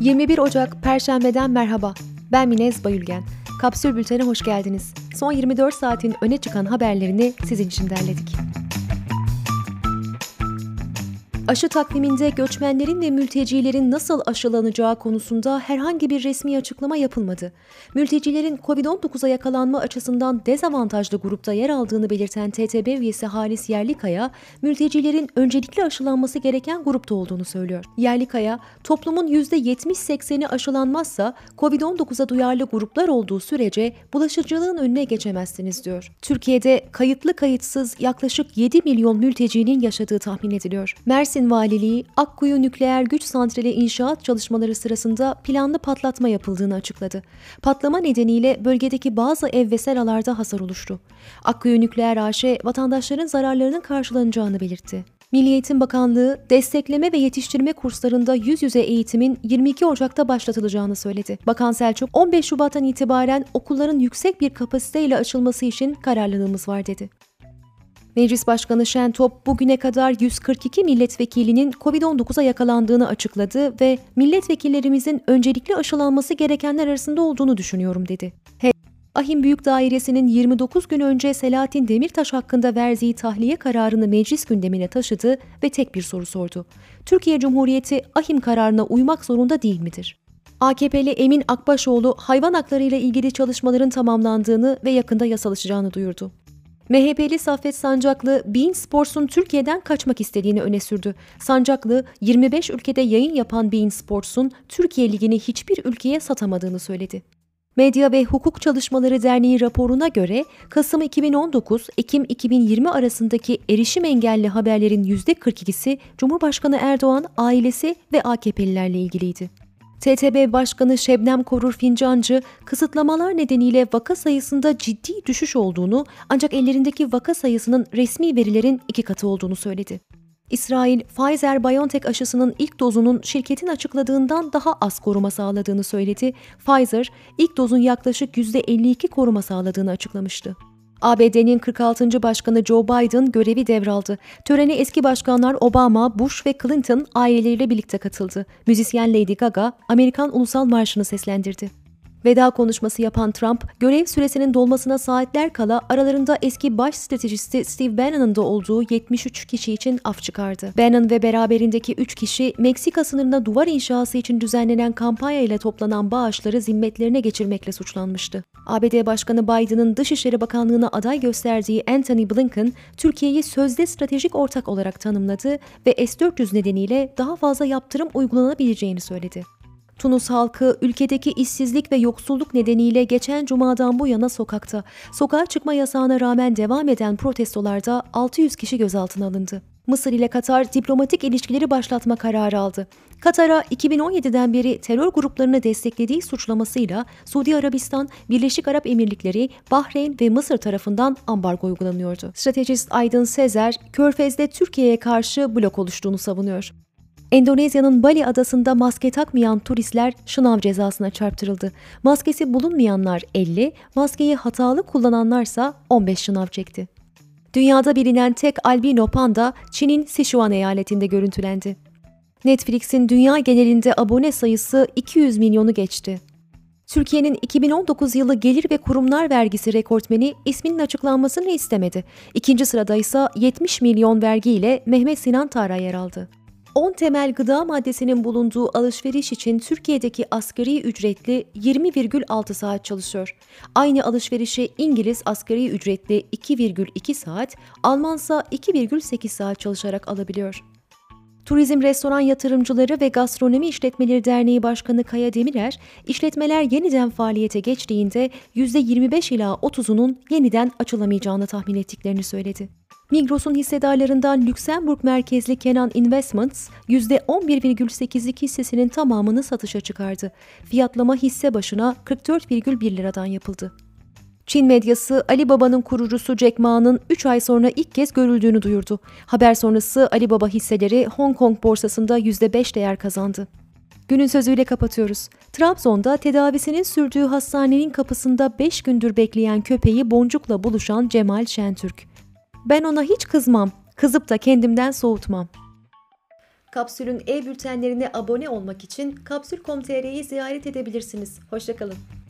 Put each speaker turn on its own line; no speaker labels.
21 Ocak Perşembe'den merhaba. Ben Minez Bayülgen. Kapsül Bülten'e hoş geldiniz. Son 24 saatin öne çıkan haberlerini sizin için derledik. Aşı takviminde göçmenlerin ve mültecilerin nasıl aşılanacağı konusunda herhangi bir resmi açıklama yapılmadı. Mültecilerin COVID-19'a yakalanma açısından dezavantajlı grupta yer aldığını belirten TTB üyesi Halis Yerlikaya, mültecilerin öncelikli aşılanması gereken grupta olduğunu söylüyor. Yerlikaya, toplumun %70-80'i aşılanmazsa COVID-19'a duyarlı gruplar olduğu sürece bulaşıcılığın önüne geçemezsiniz diyor. Türkiye'de kayıtlı kayıtsız yaklaşık 7 milyon mültecinin yaşadığı tahmin ediliyor. Mersin Valiliği, Akkuyu Nükleer Güç Santrali inşaat çalışmaları sırasında planlı patlatma yapıldığını açıkladı. Patlama nedeniyle bölgedeki bazı ev ve seralarda hasar oluştu. Akkuyu Nükleer AŞ, vatandaşların zararlarının karşılanacağını belirtti. Milli Eğitim Bakanlığı, destekleme ve yetiştirme kurslarında yüz yüze eğitimin 22 Ocak'ta başlatılacağını söyledi. Bakan Selçuk, 15 Şubat'tan itibaren okulların yüksek bir kapasiteyle açılması için kararlılığımız var dedi. Meclis Başkanı Şentop bugüne kadar 142 milletvekilinin COVID-19'a yakalandığını açıkladı ve milletvekillerimizin öncelikli aşılanması gerekenler arasında olduğunu düşünüyorum dedi. Ahim Büyük Dairesi'nin 29 gün önce Selahattin Demirtaş hakkında verdiği tahliye kararını meclis gündemine taşıdı ve tek bir soru sordu. Türkiye Cumhuriyeti Ahim kararına uymak zorunda değil midir? AKP'li Emin Akbaşoğlu hayvan hakları ile ilgili çalışmaların tamamlandığını ve yakında yasalaşacağını duyurdu. MHP'li Saffet Sancaklı, beIN Sports'un Türkiye'den kaçmak istediğini öne sürdü. Sancaklı, 25 ülkede yayın yapan beIN Sports'un Türkiye Ligi'ni hiçbir ülkeye satamadığını söyledi. Medya ve Hukuk Çalışmaları Derneği raporuna göre Kasım 2019, Ekim 2020 arasındaki erişim engelli haberlerin %42'si Cumhurbaşkanı Erdoğan, ailesi ve AKP'lilerle ilgiliydi. TTB Başkanı Şebnem Korur Fincancı, kısıtlamalar nedeniyle vaka sayısında ciddi düşüş olduğunu ancak ellerindeki vaka sayısının resmi verilerin 2 katı olduğunu söyledi. İsrail, Pfizer-BioNTech aşısının ilk dozunun şirketin açıkladığından daha az koruma sağladığını söyledi. Pfizer, ilk dozun yaklaşık %52 koruma sağladığını açıklamıştı. ABD'nin 46. Başkanı Joe Biden görevi devraldı. Törene eski başkanlar Obama, Bush ve Clinton aileleriyle birlikte katıldı. Müzisyen Lady Gaga, Amerikan Ulusal Marşı'nı seslendirdi. Veda konuşması yapan Trump, görev süresinin dolmasına saatler kala aralarında eski baş stratejisti Steve Bannon'ın da olduğu 73 kişi için af çıkardı. Bannon ve beraberindeki 3 kişi, Meksika sınırına duvar inşası için düzenlenen kampanya ile toplanan bağışları zimmetlerine geçirmekle suçlanmıştı. ABD Başkanı Biden'ın Dışişleri Bakanlığı'na aday gösterdiği Antony Blinken, Türkiye'yi sözde stratejik ortak olarak tanımladı ve S-400 nedeniyle daha fazla yaptırım uygulanabileceğini söyledi. Tunus halkı ülkedeki işsizlik ve yoksulluk nedeniyle geçen cumadan bu yana sokakta. Sokağa çıkma yasağına rağmen devam eden protestolarda 600 kişi gözaltına alındı. Mısır ile Katar diplomatik ilişkileri başlatma kararı aldı. Katar'a 2017'den beri terör gruplarını desteklediği suçlamasıyla Suudi Arabistan, Birleşik Arap Emirlikleri, Bahreyn ve Mısır tarafından ambargo uygulanıyordu. Stratejist Aydın Sezer, Körfez'de Türkiye'ye karşı blok oluştuğunu savunuyor. Endonezya'nın Bali adasında maske takmayan turistler şınav cezasına çarptırıldı. Maskesi bulunmayanlar 50, maskeyi hatalı kullananlarsa 15 şınav çekti. Dünyada bilinen tek albino panda Çin'in Sichuan eyaletinde görüntülendi. Netflix'in dünya genelinde abone sayısı 200 milyonu geçti. Türkiye'nin 2019 yılı gelir ve kurumlar vergisi rekortmeni isminin açıklanmasını istemedi. İkinci sırada ise 70 milyon vergiyle Mehmet Sinan Tara yer aldı. 10 temel gıda maddesinin bulunduğu alışveriş için Türkiye'deki asgari ücretli 20,6 saat çalışıyor. Aynı alışverişi İngiliz asgari ücretli 2,2 saat, Almansa 2,8 saat çalışarak alabiliyor. Turizm Restoran Yatırımcıları ve Gastronomi İşletmeleri Derneği Başkanı Kaya Demirer, işletmeler yeniden faaliyete geçtiğinde %25 ila 30'unun yeniden açılamayacağını tahmin ettiklerini söyledi. Migros'un hissedarlarından Lüksemburg merkezli Kenan Investments, %11,8'lik hissesinin tamamını satışa çıkardı. Fiyatlama hisse başına 44,1 liradan yapıldı. Çin medyası Alibaba'nın kurucusu Jack Ma'nın 3 ay sonra ilk kez görüldüğünü duyurdu. Haber sonrası Alibaba hisseleri Hong Kong borsasında %5 değer kazandı. Günün sözüyle kapatıyoruz. Trabzon'da tedavisinin sürdüğü hastanenin kapısında 5 gündür bekleyen köpeği Boncuk'la buluşan Cemal Şentürk. "Ben ona hiç kızmam, kızıp da kendimden soğutmam." Kapsül'ün e-bültenlerine abone olmak için Kapsül.com.tr'yi ziyaret edebilirsiniz. Hoşça kalın.